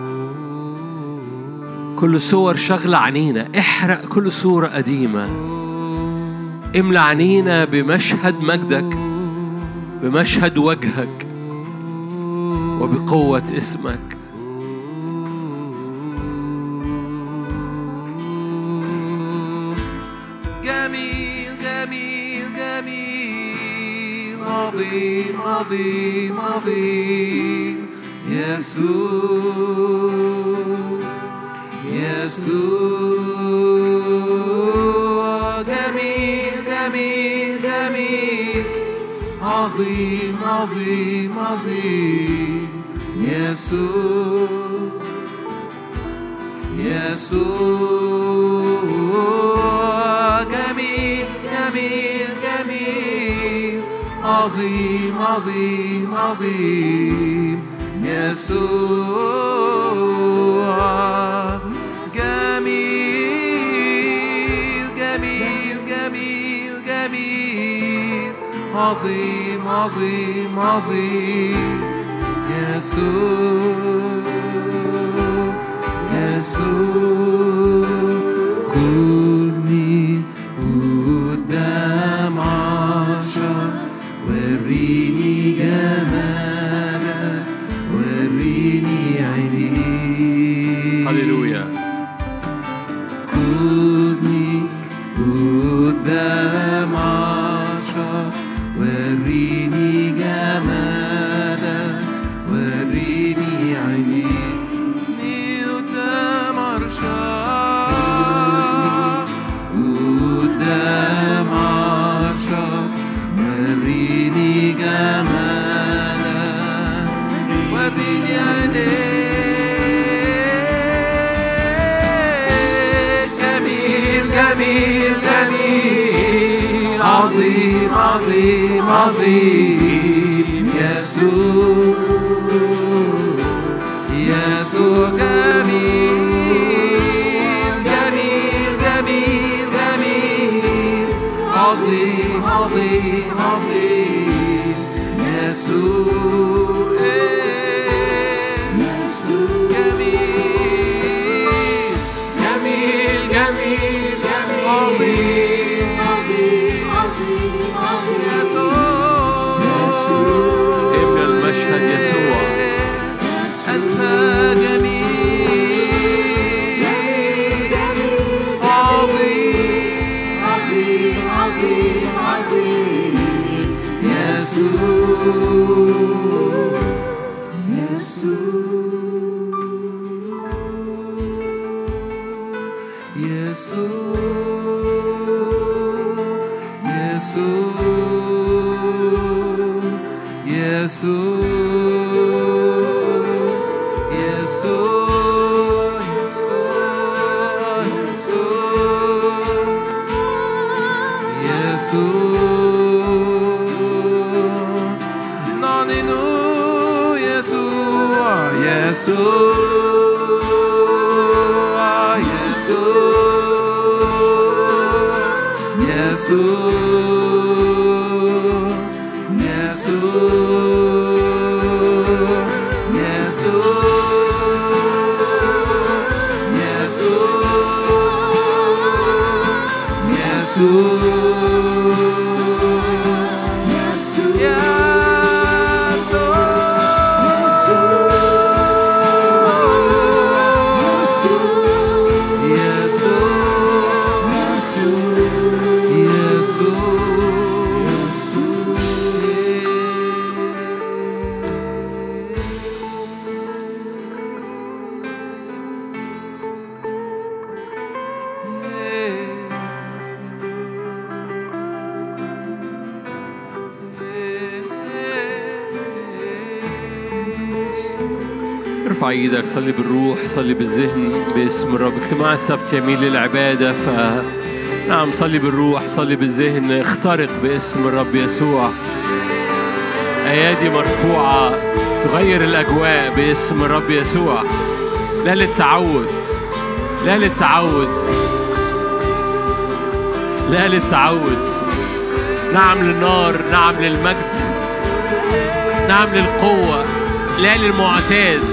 كل صور شغلة عنينا. احرق كل صورة قديمة. املى عنينا بمشهد مجدك، بمشهد وجهك، وبقوة اسمك. جميل جميل جميل، عظيم عظيم عظيم. يسوع يسوع. جميل جميل جميل، عظيم عظيم عظيم يسوع يسوع جميل جميل جميل عظيم عظيم عظيم يسوع جميل جميل جميل جميل عظيم عظيم عظيم يسوع يسوع خذني قدام عرشك وريني جمالك وريني عينيك هللويا خذني قدام عرشك وريني جمالك وريني عينيك قدام عرشك وريني جمالك وريني عينيك جميل جميل جميل عظيم عظيم عظيم يسوع يسوع جميل جميل جميل جميل عظيم عظيم عظيم يسوع يسوع جميل جميل جميل جميل عظيم عظيم عظيم عظيم يسوع املى المشهد يسوع أنت جميل عظيم عظيم عظيم عظيم يسوع يسوع يسوع يسوع يسوع ارفع ايدك، صلي بالروح، صلي بالذهن باسم الرب. اجتماع السبت يميل للعبادة، ف نعم صلي بالروح، صلي بالذهن، اخترق باسم الرب يسوع. ايادي مرفوعة تغير الأجواء باسم الرب يسوع. لا للتعود، لا للتعود، لا للتعود. نعم للنار، نعم للمجد، نعم للقوة، لا للمعتاد.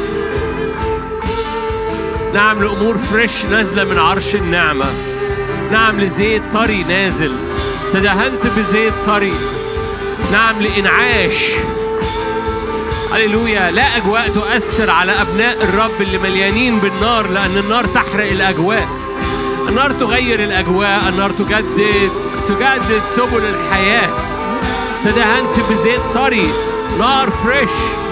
نعم لأمور فريش نازلة من عرش النعمة. نعم لزيت طري نازل، تدهنت بزيت طري. نعم لإنعاش. هللويا. لا أجواء تؤثر على أبناء الرب اللي مليانين بالنار، لأن النار تحرق الأجواء. النار تغير الأجواء، النار تجدد تجدد سبل الحياة. تدهنت بزيت طري، نار فريش.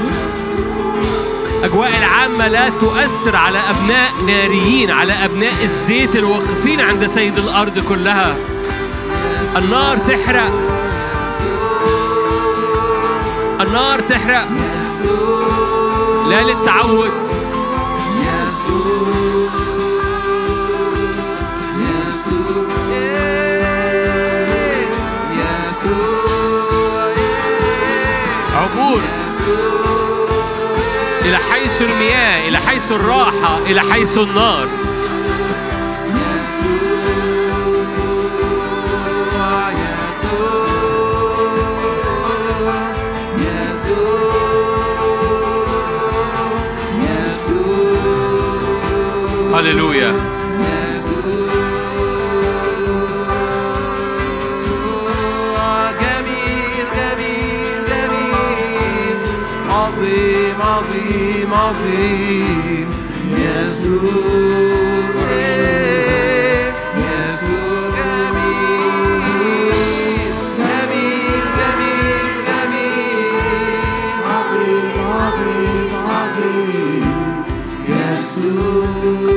أجواء العامة لا تؤثر على أبناء ناريين، على أبناء الزيت الواقفين عند سيد الأرض كلها. النار تحرق، النار تحرق لا للتعود. عبور إلى حيث المياه، إلى حيث الراحة، إلى حيث النار. هللويا. جميل جميل جميل عظيم عظيم عظيم يسوع يسوع جميل جميل جميل جميل عظيم عظيم عظيم يسوع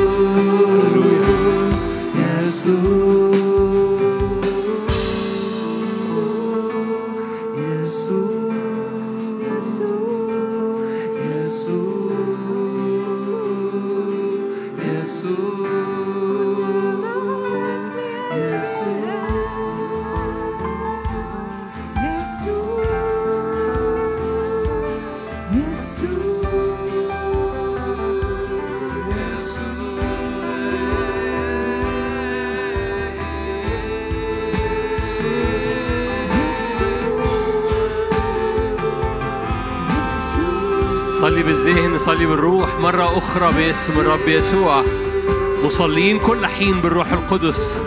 صلي بالذهن، صلي بالروح مرة أخرى باسم الرب يسوع، مصلين كل حين بالروح القدس.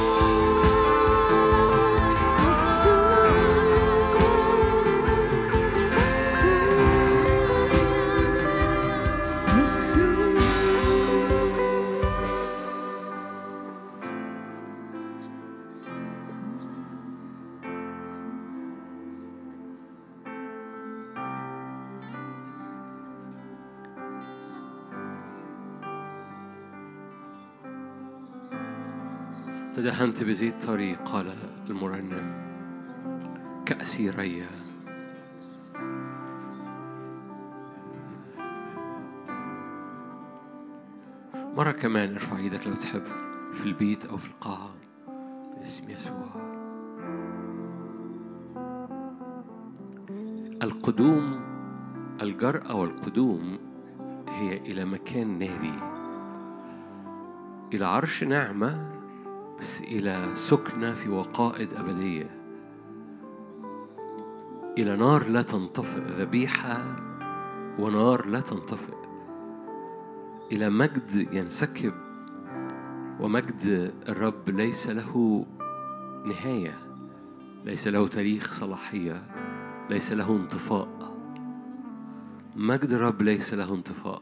تدهنت بزيت طريق، قال المرنم، كأسي ريا. مرة كمان ارفع ايدك لو تحب، في البيت أو في القاعة، باسم يسوع. القدوم، الجرأة والقدوم هي إلى مكان ناري، إلى عرش نعمة، بس إلى سكنة في وقائد أبدية، إلى نار لا تنطفئ، ذبيحة ونار لا تنطفئ، إلى مجد ينسكب. ومجد الرب ليس له نهاية، ليس له تاريخ صلاحية، ليس له انطفاء. مجد الرب ليس له انطفاء،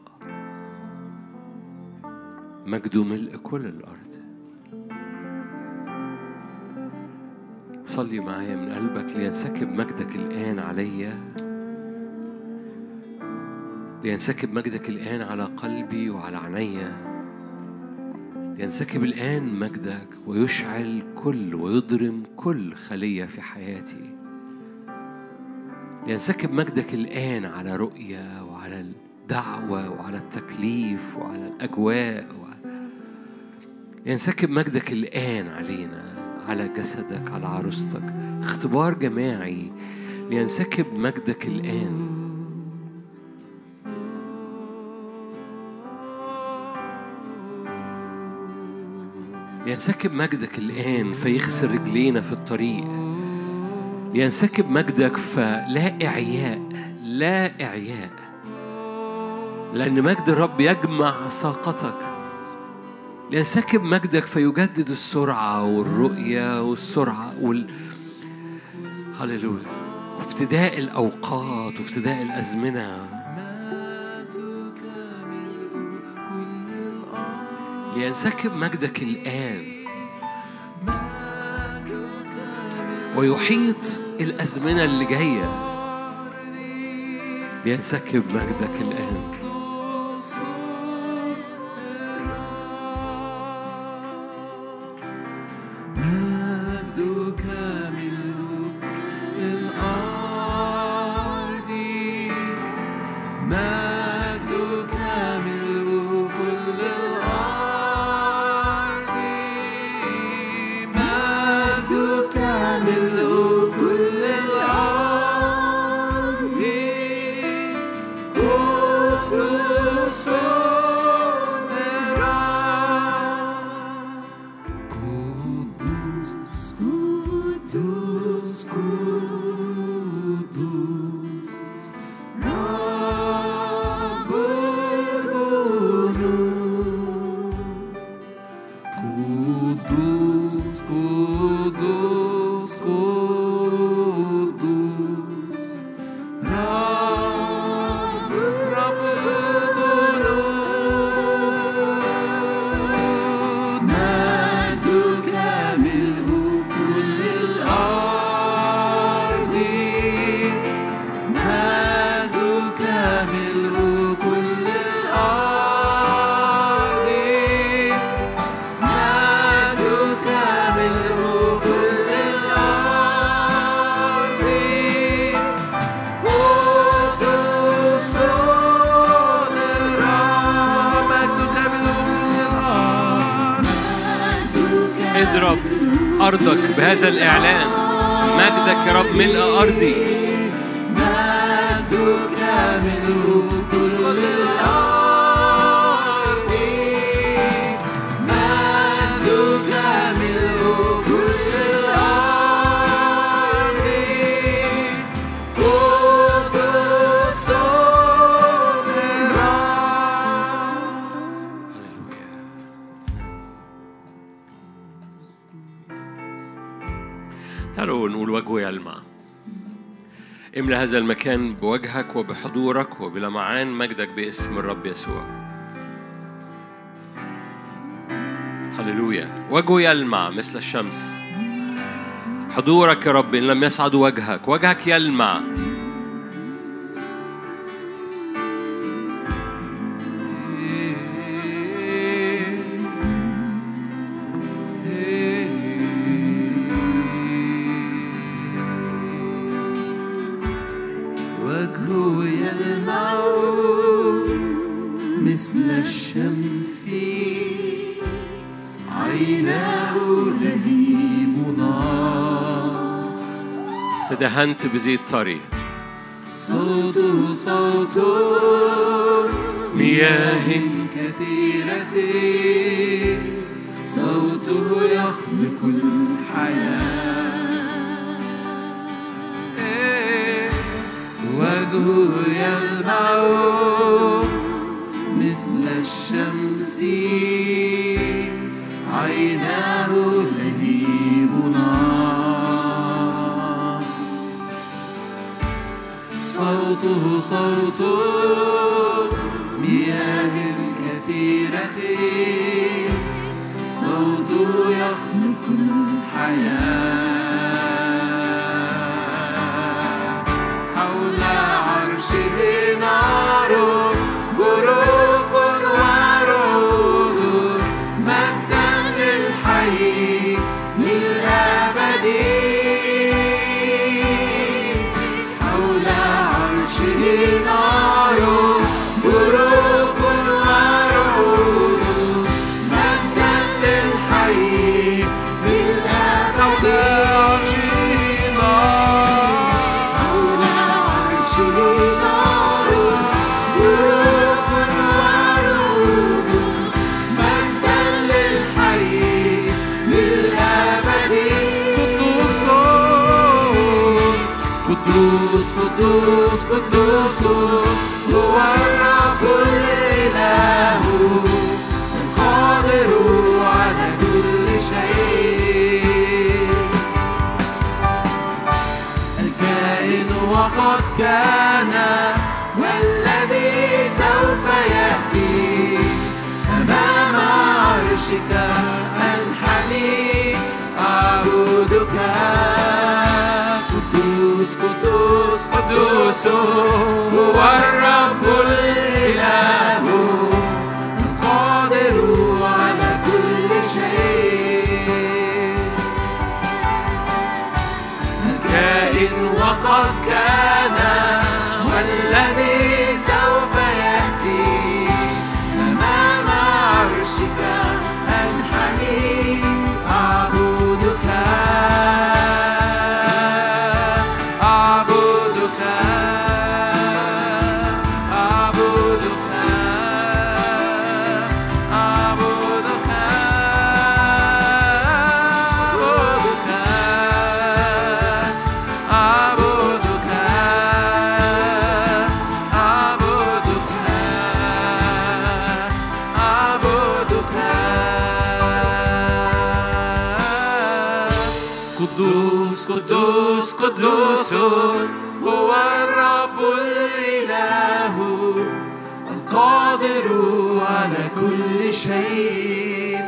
مجده ملء كل الأرض. صلي معايا من قلبك، لينسكب مجدك الآن عليا، لينسكب مجدك الآن على قلبي وعلى عينيا، لينسكب الآن مجدك ويشعل كل ويضرم كل خلية في حياتي. لينسكب مجدك الآن على رؤية وعلى الدعوة وعلى التكليف وعلى الأجواء وعلى... لينسكب مجدك الآن علينا، على جسدك، على عروستك. اختبار جماعي، لينسكب مجدك الآن. لينسكب مجدك الآن فيغسل رجلينا في الطريق. لينسكب مجدك فلا إعياء، لا إعياء، لأن مجد الرب يجمع ساقتك. لينسكب مجدك فيجدد السرعة والرؤية والسرعة وال... هللويا، وافتداء الأوقات وافتداء الأزمنة. لينسكب مجدك الآن ويحيط الأزمنة اللي جاية. لينسكب مجدك الآن. مجدك ملء الأرض قدوس قدوس قدوس رب رب الجنود مجدك ملء كل الأرض مجدك ملء كل الأرض مجدك ملء كل الأرض قدوس الرب مجدك ملء كل الأرض اضرب أرضك بهذا الإعلان. مجدك يا رب ملء أرضي. مجدك ملء كل الأرض مجدك ملء كل الأرض قدوس الرب. تعالوا نقول وجهه يلمع. املأ هذا المكان بوجهك وبحضورك وبلمعان مجدك باسم الرب يسوع. هللويا. وجهه يلمع مثل الشمس. حضورك يا رب إن لم يسعد وجهك، وجهك يلمع. وجهه يلمع مثل الشمس عيناه لهيب نار تدهنت بزيت طري. صوته صوت مياه كثيرة صوته يخلق الحياة وجهه يلمع مثل الشمس عيناه لهيب نار صوته صوت مياه كثيرة صوته يخلق الحياة حول عرشه نار بروق ورعود مجدا للحي للأبد حول عرشه نار بروق ورعود مجدا للحي للأبد حول عرشه نار بروق ورعود مجدا للحي للأبد قدوس قدوس قدوس هو الرب الإله القادر على كل شيء الكائن وقد كان والذي سوف يأتي أمام عرشك أنحني أعبدك قدوس قدوس قدوس هو الرب الإله القادر على كل شيء الكائن وقد كان والذي سوف يأتي أمام عرشك أنحني أعبدك أعبدك أعبدك أعبدك أعبدك أعبدك قدوس قدوس قدوس هو الرب الإله القادر على كل شيء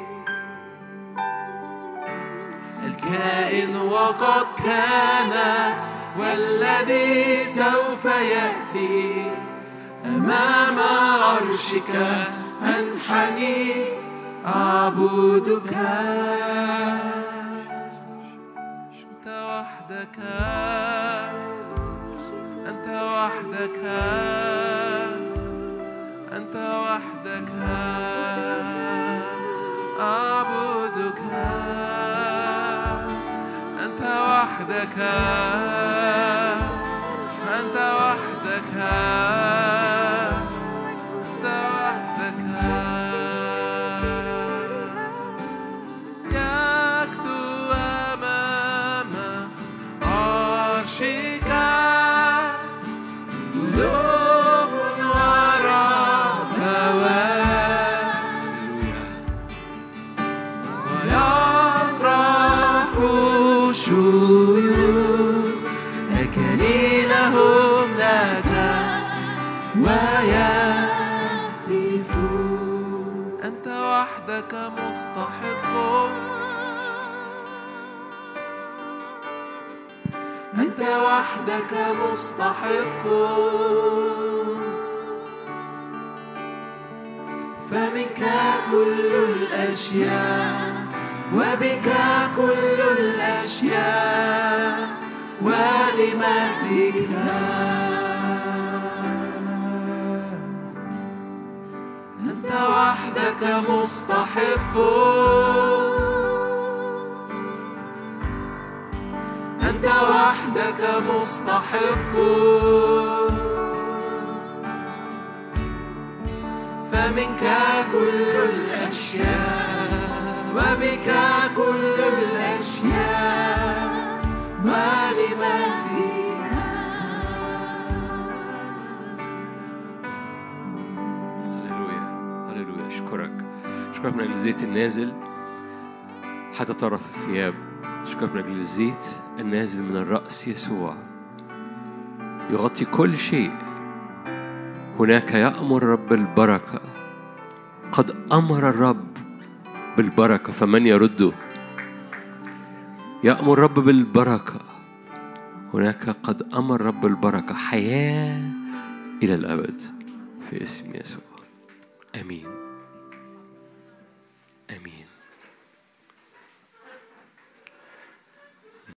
الكائن وقد كان والذي سوف يأتي أمام عرشك أنحني أعبدك أنت وحدك أنت وحدك أنت وحدك أعبدك أنت وحدك أنت وحدك أنت وحدك يكتو أمام عرشك ألوف وراك ويطرح شيوخ أكليلهم لك ويهتفون أنت وحدك مستحق أنت وحدك مستحق فمنك كل الأشياء وبك كل الأشياء ولمجدك أنت وحدك مستحق أنت وحدك مستحق فمنك كل الأشياء وبك كل الأشياء ولمجدك هللويا هللويا. أشكرك أشكرك من أجل الزيت النازل حتى طرف الثياب. أشكرك من أجل الزيت النازل من الرأس يسوع يغطي كل شيء. هناك يأمر رب البركة. قد أمر الرب بالبركة فمن يرده؟ يأمر رب بالبركة. هناك قد أمر رب البركة حياة إلى الأبد في اسم يسوع. آمين.